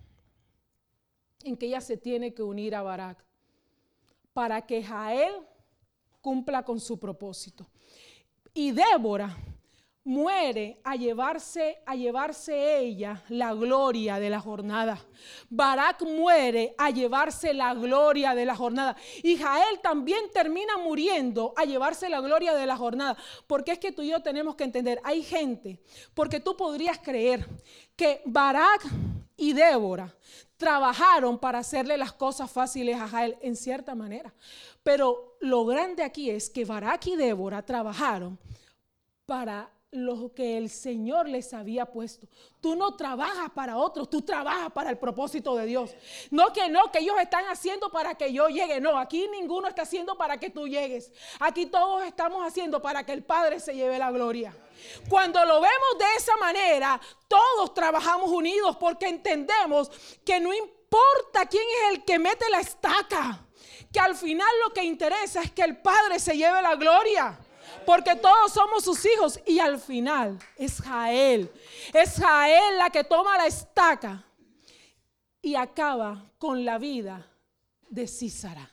Speaker 3: en que ella se tiene que unir a Barak para que Jael cumpla con su propósito. Y Débora muere a llevarse, a llevarse ella la gloria de la jornada. Barak muere a llevarse la gloria de la jornada. Y Jael también termina muriendo a llevarse la gloria de la jornada. Porque es que tú y yo tenemos que entender, hay gente, porque tú podrías creer que Barak y Débora trabajaron para hacerle las cosas fáciles a Jael en cierta manera. Pero lo grande aquí es que Barak y Débora trabajaron para lo que el Señor les había puesto. Tú no trabajas para otros, tú trabajas para el propósito de Dios. No que no, que ellos están haciendo para que yo llegue. No, aquí ninguno está haciendo para que tú llegues. Aquí todos estamos haciendo para que el Padre se lleve la gloria. Cuando lo vemos de esa manera, todos trabajamos unidos porque entendemos que no importa quién es el que mete la estaca, que al final lo que interesa es que el Padre se lleve la gloria. Porque todos somos sus hijos y al final es Jael. Es Jael la que toma la estaca y acaba con la vida de Sísara.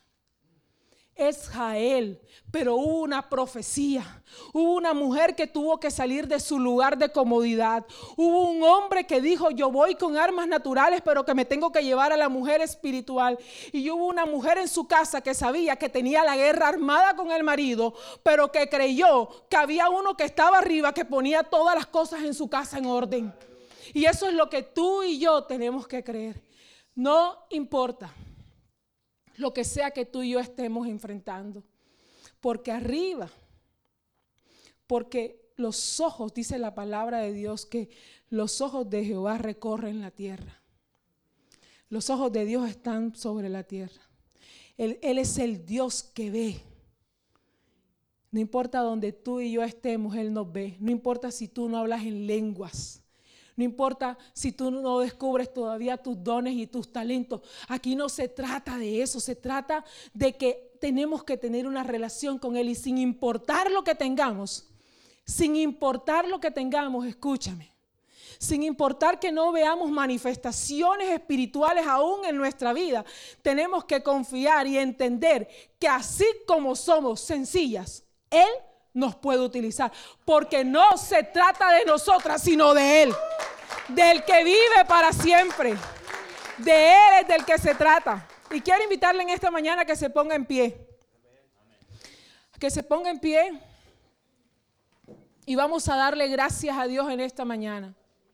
Speaker 3: Es Jael, pero hubo una profecía. Hubo una mujer que tuvo que salir de su lugar de comodidad. Hubo un hombre que dijo, yo voy con armas naturales, pero que me tengo que llevar a la mujer espiritual. Y hubo una mujer en su casa que sabía que tenía la guerra armada con el marido, pero que creyó que había uno que estaba arriba, que ponía todas las cosas en su casa en orden. Y eso es lo que tú y yo tenemos que creer. No importa lo que sea que tú y yo estemos enfrentando. Porque arriba, porque los ojos, dice la palabra de Dios, que los ojos de Jehová recorren la tierra. Los ojos de Dios están sobre la tierra. Él, él es el Dios que ve. No importa donde tú y yo estemos, Él nos ve. No importa si tú no hablas en lenguas. No importa si tú no descubres todavía tus dones y tus talentos. Aquí no se trata de eso. Se trata de que tenemos que tener una relación con Él. Y sin importar lo que tengamos, sin importar lo que tengamos, escúchame. Sin importar que no veamos manifestaciones espirituales aún en nuestra vida, tenemos que confiar y entender que así como somos sencillas, Él nos puede utilizar, porque no se trata de nosotras, sino de Él, del que vive para siempre. De Él es del que se trata. Y quiero invitarle en esta mañana a que se ponga en pie. Que se ponga en pie y vamos a darle gracias a Dios en esta mañana.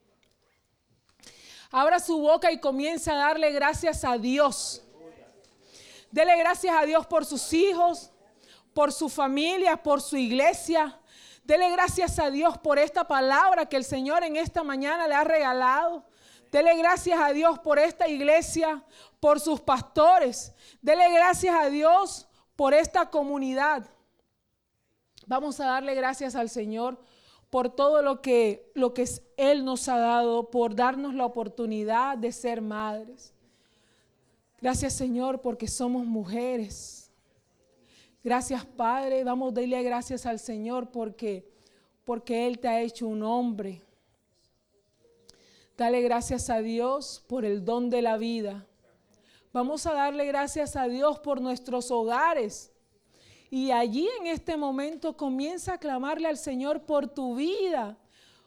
Speaker 3: Abra su boca y comienza a darle gracias a Dios. Dele gracias a Dios por sus hijos, por su familia, por su iglesia. Dele gracias a Dios por esta palabra que el Señor en esta mañana le ha regalado. Dele gracias a Dios por esta iglesia, por sus pastores. Dele gracias a Dios por esta comunidad. Vamos a darle gracias al Señor por todo lo que, lo que Él nos ha dado, por darnos la oportunidad de ser madres. Gracias, Señor, porque somos mujeres. Gracias, Padre. Vamos a darle gracias al Señor porque, porque Él te ha hecho un hombre. Dale gracias a Dios por el don de la vida. Vamos a darle gracias a Dios por nuestros hogares. Y allí en este momento comienza a clamarle al Señor por tu vida.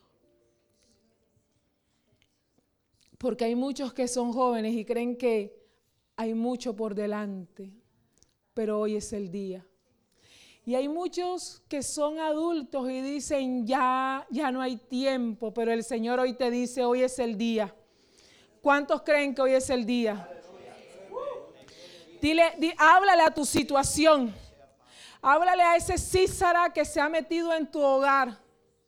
Speaker 3: Porque hay muchos que son jóvenes y creen que hay mucho por delante. Pero hoy es el día. Y hay muchos que son adultos y dicen ya, ya no hay tiempo. Pero el Señor hoy te dice, hoy es el día. ¿Cuántos creen que hoy es el día? Dile, di, háblale a tu situación. Háblale a ese Císara que se ha metido en tu hogar.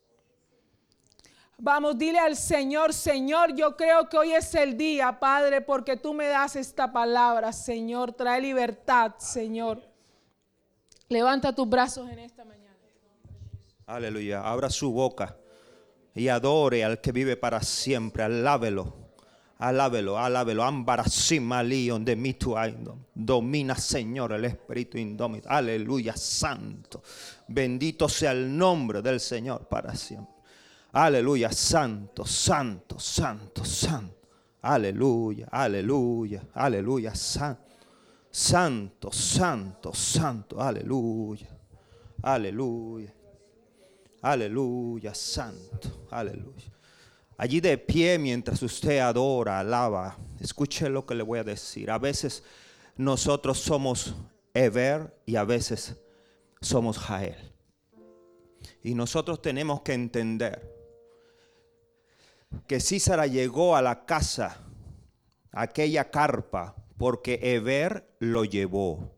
Speaker 3: Vamos, dile al Señor, Señor, yo creo que hoy es el día, Padre, porque tú me das esta palabra, Señor. Trae libertad, Señor. Levanta tus brazos en esta mañana.
Speaker 4: Aleluya. Abra su boca y adore al que vive para siempre. Alábelo. Alábelo, alábelo. Ambarasima lion de mi tu domina, Señor, el espíritu indómito. Aleluya, santo. Bendito sea el nombre del Señor para siempre. Aleluya, santo, santo, santo, santo. Aleluya, aleluya, aleluya, santo. Santo, santo, santo. Aleluya, aleluya. Aleluya, santo. Aleluya. Allí de pie mientras usted adora, alaba, escuche lo que le voy a decir. A veces nosotros somos Eber y a veces somos Jael. Y nosotros tenemos que entender que Císara llegó a la casa, a aquella carpa, porque Eber lo llevó.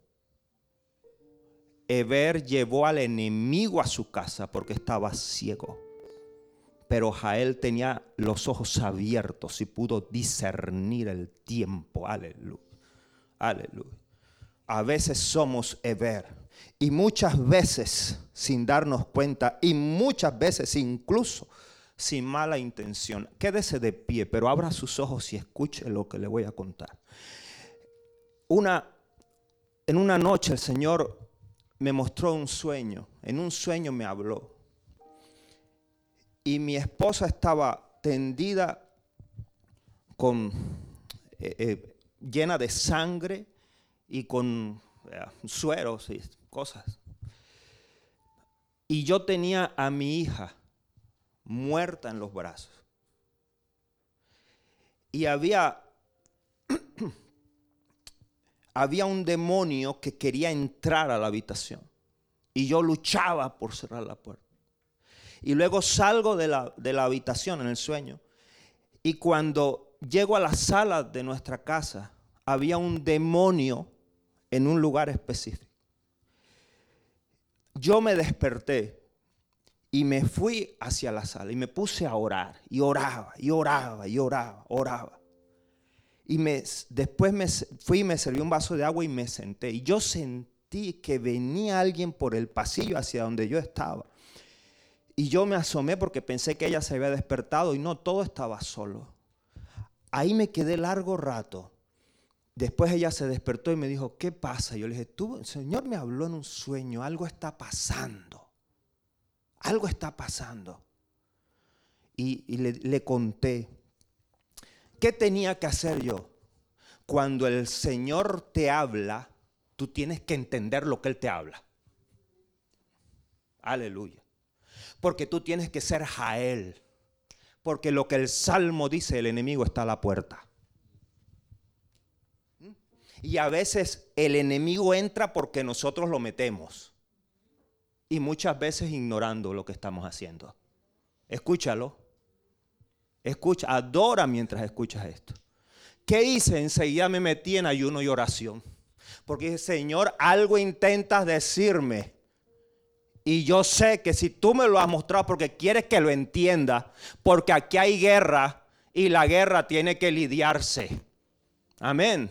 Speaker 4: Eber llevó al enemigo a su casa porque estaba ciego. Pero Jael tenía los ojos abiertos y pudo discernir el tiempo. Aleluya. Aleluya. A veces somos Eber. Y muchas veces sin darnos cuenta. Y muchas veces incluso sin mala intención. Quédese de pie, pero abra sus ojos y escuche lo que le voy a contar. Una, en una noche el Señor me mostró un sueño. En un sueño me habló. Y mi esposa estaba tendida con, eh, eh, llena de sangre y con eh, sueros y cosas. Y yo tenía a mi hija muerta en los brazos. Y había, había un demonio que quería entrar a la habitación. Y yo luchaba por cerrar la puerta. Y luego salgo de la, de la habitación en el sueño. Y cuando llego a la sala de nuestra casa, había un demonio en un lugar específico. Yo me desperté y me fui hacia la sala y me puse a orar. Y oraba, y oraba, y oraba, oraba. Y me, después me fui y me serví un vaso de agua y me senté. Y yo sentí que venía alguien por el pasillo hacia donde yo estaba. Y yo me asomé porque pensé que ella se había despertado y no, todo estaba solo. Ahí me quedé largo rato. Después ella se despertó y me dijo, ¿qué pasa? Yo le dije, tú, el Señor me habló en un sueño, algo está pasando. Algo está pasando. Y, y le, le conté. ¿Qué tenía que hacer yo? Cuando el Señor te habla, tú tienes que entender lo que Él te habla. Aleluya. Porque tú tienes que ser Jael. Porque lo que el Salmo dice, el enemigo está a la puerta. Y a veces el enemigo entra porque nosotros lo metemos. Y muchas veces ignorando lo que estamos haciendo. Escúchalo. Escucha, adora mientras escuchas esto. ¿Qué hice? Enseguida me metí en ayuno y oración. Porque dije, Señor, algo intentas decirme. Y yo sé que si tú me lo has mostrado porque quieres que lo entienda, porque aquí hay guerra y la guerra tiene que lidiarse. Amén.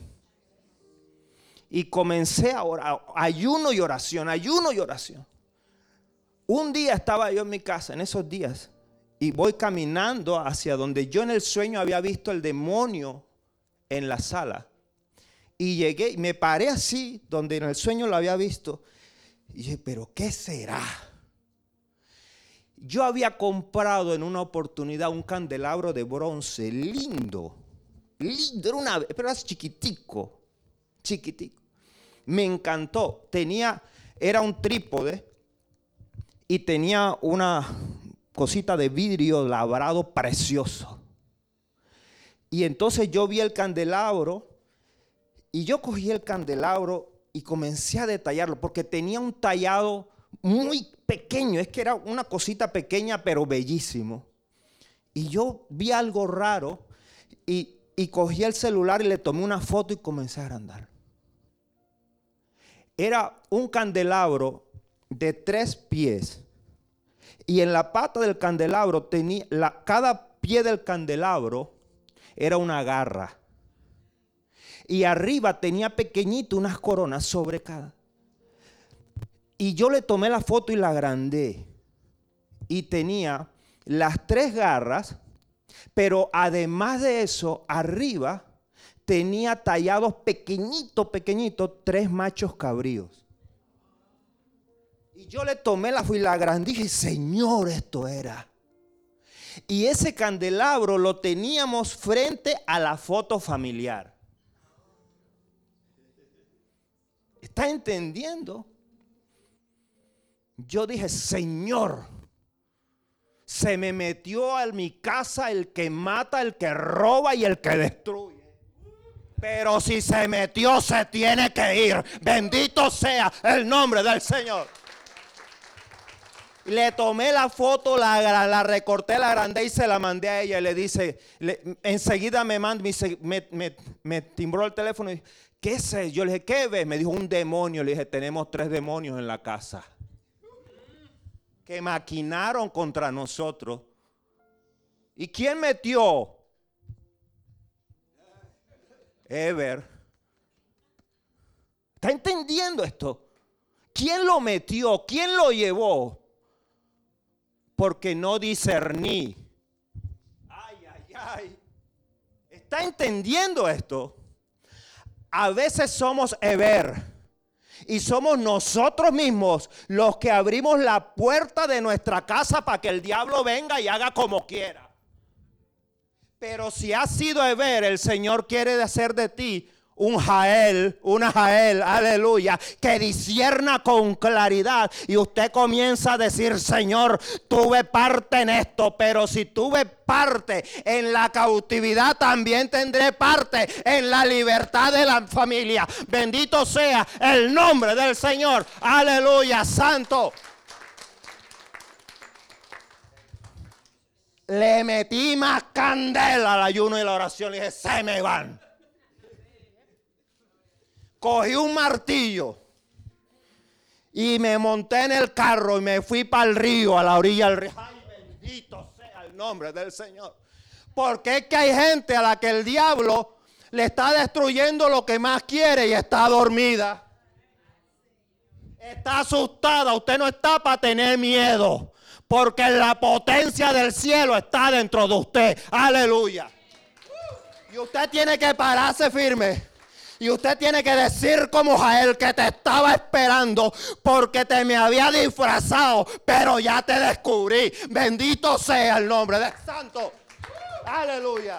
Speaker 4: Y comencé a orar, ayuno y oración, ayuno y oración. Un día estaba yo en mi casa, en esos días, y voy caminando hacia donde yo en el sueño había visto el demonio en la sala. Y llegué y me paré así, donde en el sueño lo había visto. Y dije, ¿pero qué será? Yo había comprado en una oportunidad un candelabro de bronce lindo. Lindo, era una, pero era chiquitico, chiquitico. Me encantó. Tenía, era un trípode y tenía una cosita de vidrio labrado precioso. Y entonces yo vi el candelabro y yo cogí el candelabro y comencé a detallarlo porque tenía un tallado muy pequeño. Es que era una cosita pequeña pero bellísimo. Y yo vi algo raro y, y cogí el celular y le tomé una foto y comencé a agrandar. Era un candelabro de tres pies. Y en la pata del candelabro tenía, la, cada pie del candelabro era una garra. Y arriba tenía pequeñito unas coronas sobre cada. Y yo le tomé la foto y la agrandé. Y tenía las tres garras, pero además de eso, arriba tenía tallados pequeñitos, pequeñitos, tres machos cabríos. Y yo le tomé la foto y la agrandé y dije, Señor, esto era. Y ese candelabro lo teníamos frente a la foto familiar. ¿Está entendiendo? Yo dije, Señor, se me metió a mi casa el que mata, el que roba y el que destruye. Pero si se metió, se tiene que ir. Bendito sea el nombre del Señor. Le tomé la foto, la, la recorté, la agrandé y se la mandé a ella. Y le dice, le, enseguida me mandó, me, me, me, me timbró el teléfono y ¿qué es eso? Yo le dije, ¿qué ves? Me dijo, un demonio. Le dije, tenemos tres demonios en la casa que maquinaron contra nosotros. ¿Y quién metió? Ever. ¿Está entendiendo esto? ¿Quién lo metió? ¿Quién lo llevó? Porque no discerní. Ay, ay, ay. ¿Está entendiendo esto? A veces somos Ever. Y somos nosotros mismos los que abrimos la puerta de nuestra casa para que el diablo venga y haga como quiera. Pero si has sido Ever, el Señor quiere hacer de ti un Jael, una Jael, aleluya, que discierna con claridad. Y usted comienza a decir, Señor, tuve parte en esto, pero si tuve parte en la cautividad, también tendré parte en la libertad de la familia. Bendito sea el nombre del Señor, aleluya, santo. Le metí más candela al ayuno y la oración. Le dije, se me van. Cogí un martillo y me monté en el carro y me fui para el río, a la orilla del río. Ay, bendito sea el nombre del Señor. Porque es que hay gente a la que el diablo le está destruyendo lo que más quiere y está dormida. Está asustada. Usted no está para tener miedo. Porque la potencia del cielo está dentro de usted. Aleluya. Y usted tiene que pararse firme. Y usted tiene que decir como Jael que te estaba esperando porque te me había disfrazado, pero ya te descubrí. Bendito sea el nombre del Santo. Aleluya.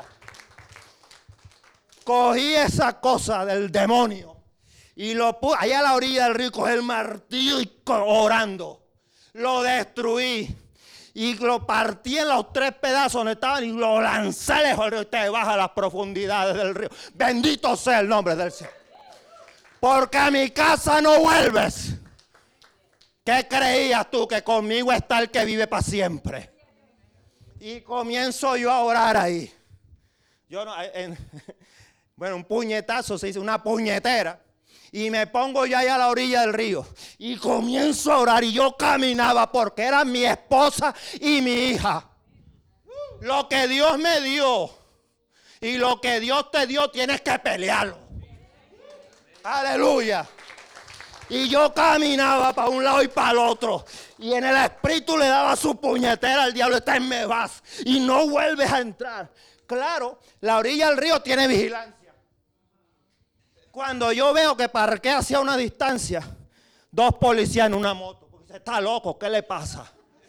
Speaker 4: Cogí esa cosa del demonio y lo puse allá a la orilla del río, cogí el martillo y orando. Lo destruí. Y lo partí en los tres pedazos donde estaban y lo lancé lejos del río. Y te baja a las profundidades del río. Bendito sea el nombre del Señor. Porque a mi casa no vuelves. ¿Qué creías tú? Que conmigo está el que vive para siempre. Y comienzo yo a orar ahí. Yo no, en, bueno, un puñetazo se dice, una puñetera. Y me pongo ya allá a la orilla del río. Y comienzo a orar. Y yo caminaba porque eran mi esposa y mi hija. Lo que Dios me dio. Y lo que Dios te dio tienes que pelearlo. Aleluya.
Speaker 5: Y yo caminaba para un lado y para el otro. Y en el espíritu le daba su puñetera al diablo. Esta vez me vas y no vuelves a entrar. Claro, la orilla del río tiene vigilancia. Cuando yo veo que parquea hacia una distancia, dos policías en una moto. Porque se está loco, ¿qué le pasa?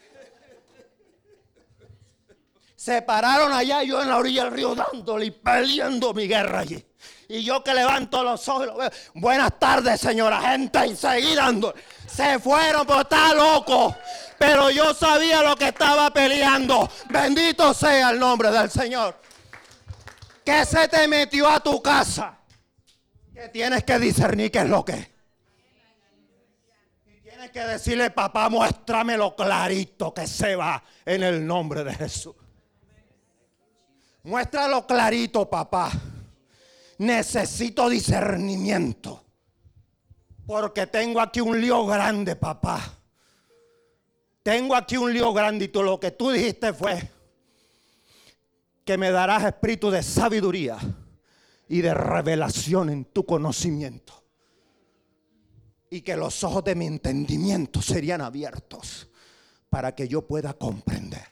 Speaker 5: Se pararon allá, yo en la orilla del río dándole y peleando mi guerra allí. Y yo que levanto los ojos y lo veo. Buenas tardes, señora gente. Y seguí dándole. Se fueron porque está loco. Pero yo sabía lo que estaba peleando. Bendito sea el nombre del Señor. ¿Qué se te metió a tu casa? Que tienes que discernir qué es lo que es. Y tienes que decirle, papá, muéstramelo clarito que se va en el nombre de Jesús. Muéstralo clarito, papá. Necesito discernimiento. Porque tengo aquí un lío grande, papá. Tengo aquí un lío grande y tú lo que tú dijiste fue que me darás espíritu de sabiduría y de revelación en tu conocimiento. Y que los ojos de mi entendimiento serían abiertos para que yo pueda comprender.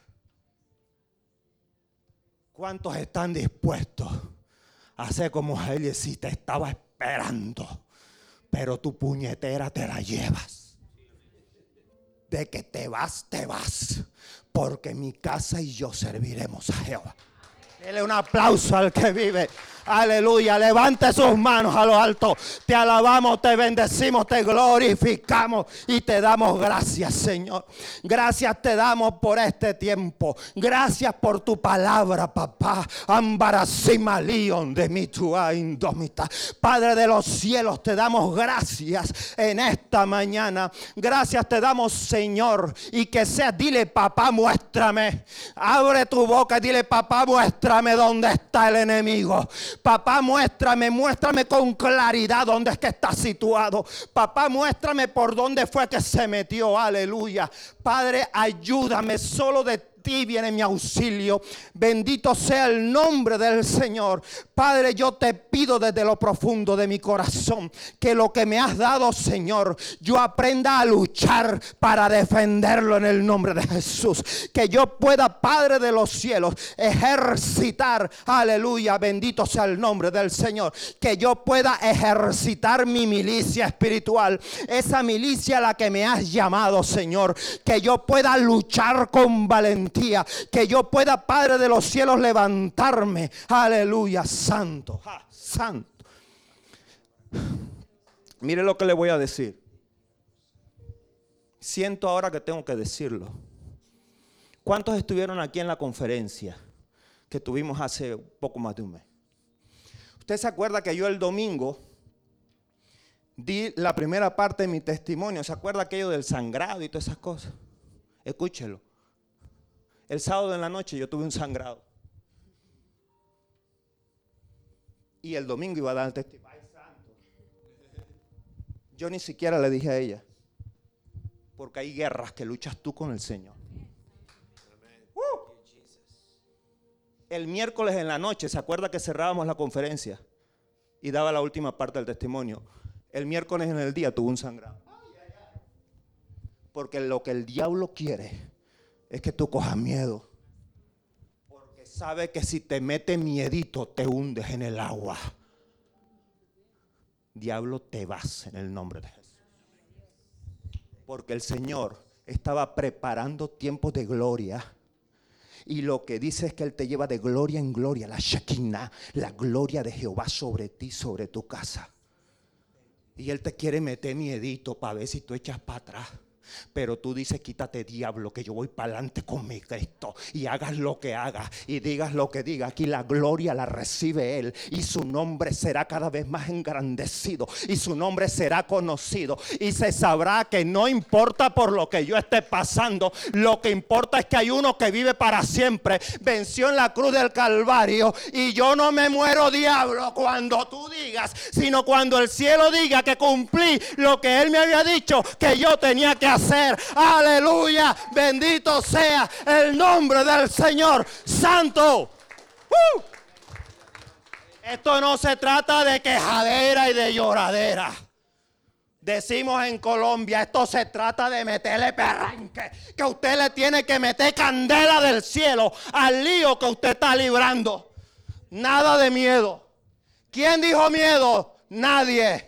Speaker 5: ¿Cuántos están dispuestos a hacer como él si te estaba esperando, pero tu puñetera te la llevas? De que te vas, te vas, porque mi casa y yo serviremos a Jehová. Dele un aplauso al que vive. Aleluya, levante sus manos a lo alto. Te alabamos, te bendecimos, te glorificamos y te damos gracias, Señor. Gracias te damos por este tiempo. Gracias por tu palabra, papá. Ambaracimalion de mi tua indómita. Padre de los cielos, te damos gracias en esta mañana. Gracias te damos, Señor. Y que sea, dile, papá, muéstrame. Abre tu boca y dile, papá, muéstrame dónde está el enemigo. Papá, muéstrame, muéstrame con claridad dónde es que está situado. Papá, muéstrame por dónde fue que se metió. Aleluya. Padre, ayúdame, solo de ti viene mi auxilio. Bendito sea el nombre del Señor. Padre, yo te pido desde lo profundo de mi corazón que lo que me has dado, Señor, yo aprenda a luchar para defenderlo en el nombre de Jesús. Que yo pueda, Padre de los cielos, ejercitar, aleluya, bendito sea el nombre del Señor. Que yo pueda ejercitar mi milicia espiritual, esa milicia a la que me has llamado, Señor. Que yo pueda luchar con valentía. Que yo pueda, Padre de los cielos, levantarme. Aleluya, santo, ah, santo. Mire lo que le voy a decir. Siento ahora que tengo que decirlo. ¿Cuántos estuvieron aquí en la conferencia que tuvimos hace poco más de un mes? ¿Usted se acuerda que yo el domingo di la primera parte de mi testimonio? ¿Se acuerda aquello del sangrado y todas esas cosas? Escúchelo. El sábado en la noche yo tuve un sangrado. Y el domingo iba a dar el testimonio. Ay, santo. Yo ni siquiera le dije a ella. Porque hay guerras que luchas tú con el Señor. Uh. El miércoles en la noche, ¿se acuerda que cerrábamos la conferencia? Y daba la última parte del testimonio. El miércoles en el día tuve un sangrado. Porque lo que el diablo quiere es que tú cojas miedo. Porque sabe que si te mete miedito te hundes en el agua. Diablo, te vas en el nombre de Jesús. Porque el Señor estaba preparando tiempos de gloria. Y lo que dice es que Él te lleva de gloria en gloria. La Shekinah, la gloria de Jehová sobre ti, sobre tu casa. Y Él te quiere meter miedito para ver si tú echas para atrás. Pero tú dices, quítate, diablo, que yo voy para adelante con mi Cristo. Y hagas lo que hagas y digas lo que digas. Aquí la gloria la recibe Él. Y su nombre será cada vez más engrandecido. Y su nombre será conocido. Y se sabrá que no importa por lo que yo esté pasando. Lo que importa es que hay uno que vive para siempre. Venció en la cruz del Calvario. Y yo no me muero, diablo, cuando tú digas, sino cuando el cielo diga que cumplí lo que Él me había dicho que yo tenía que hacer. Aleluya, bendito sea el nombre del Señor Santo. Uh. Esto no se trata de quejadera y de lloradera. Decimos en Colombia, esto se trata de meterle perranque, que usted le tiene que meter candela del cielo al lío que usted está librando. Nada de miedo. ¿Quién dijo miedo? Nadie.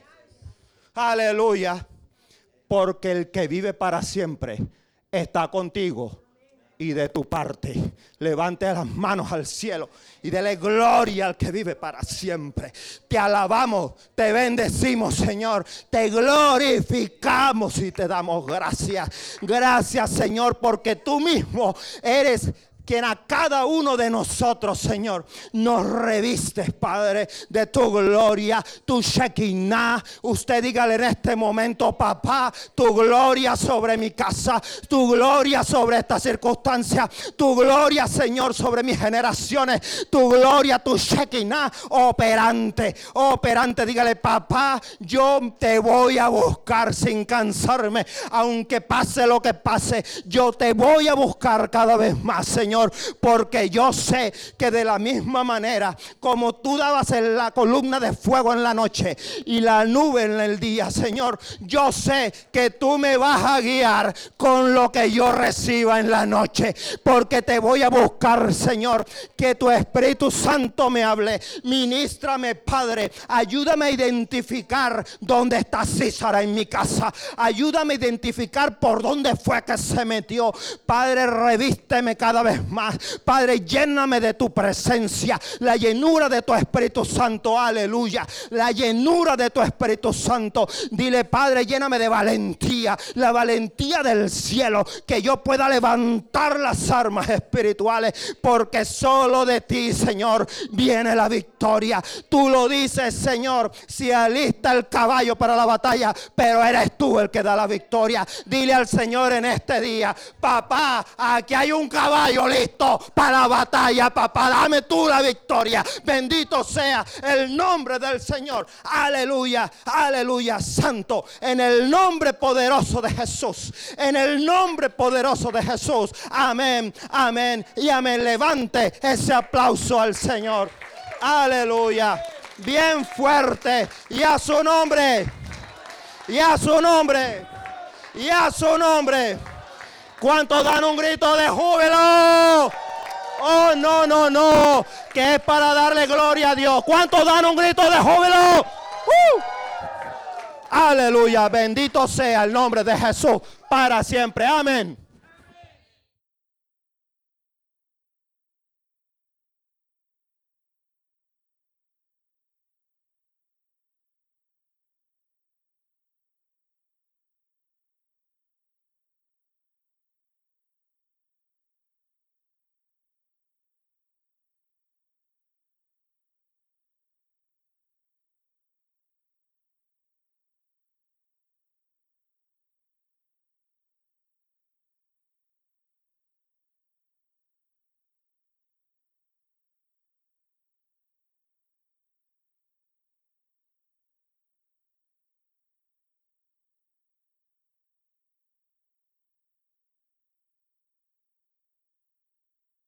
Speaker 5: Aleluya. Porque el que vive para siempre está contigo y de tu parte. Levante las manos al cielo y dele gloria al que vive para siempre. Te alabamos, te bendecimos, Señor. Te glorificamos y te damos gracias. Gracias, Señor, porque tú mismo eres quien a cada uno de nosotros, Señor, nos revistes, Padre, de tu gloria, tu Shekinah. Usted dígale en este momento, papá, tu gloria sobre mi casa, tu gloria sobre esta circunstancia, tu gloria, Señor, sobre mis generaciones, tu gloria, tu Shekinah operante, operante. Dígale, papá, yo te voy a buscar sin cansarme, aunque pase lo que pase, yo te voy a buscar cada vez más, Señor. Porque yo sé que de la misma manera como tú dabas en la columna de fuego en la noche y la nube en el día, Señor, yo sé que tú me vas a guiar con lo que yo reciba en la noche, porque te voy a buscar, Señor. Que tu Espíritu Santo me hable. Ministrame, Padre. Ayúdame a identificar dónde está Císara en mi casa. Ayúdame a identificar por dónde fue que se metió. Padre, revísteme cada vez más. Padre, lléname de tu presencia, la llenura de tu Espíritu Santo. Aleluya, la llenura de tu Espíritu Santo. Dile, Padre, lléname de valentía, la valentía del cielo, que yo pueda levantar las armas espirituales, porque solo de ti, Señor, viene la victoria. Tú lo dices, Señor, si alista el caballo para la batalla, pero eres tú el que da la victoria. Dile al Señor en este día, papá, aquí hay un caballo listo para la batalla, papá, dame tú la victoria. Bendito sea el nombre del Señor. Aleluya, aleluya, santo, en el nombre poderoso de Jesús, en el nombre poderoso de Jesús. Amén, amén y amén. Levante ese aplauso al Señor. Aleluya, bien fuerte, y a su nombre, y a su nombre, y a su nombre. ¿Cuántos dan un grito de júbilo? Oh, no, no, no, que es para darle gloria a Dios. ¿Cuántos dan un grito de júbilo? Uh. Aleluya, bendito sea el nombre de Jesús para siempre. Amén.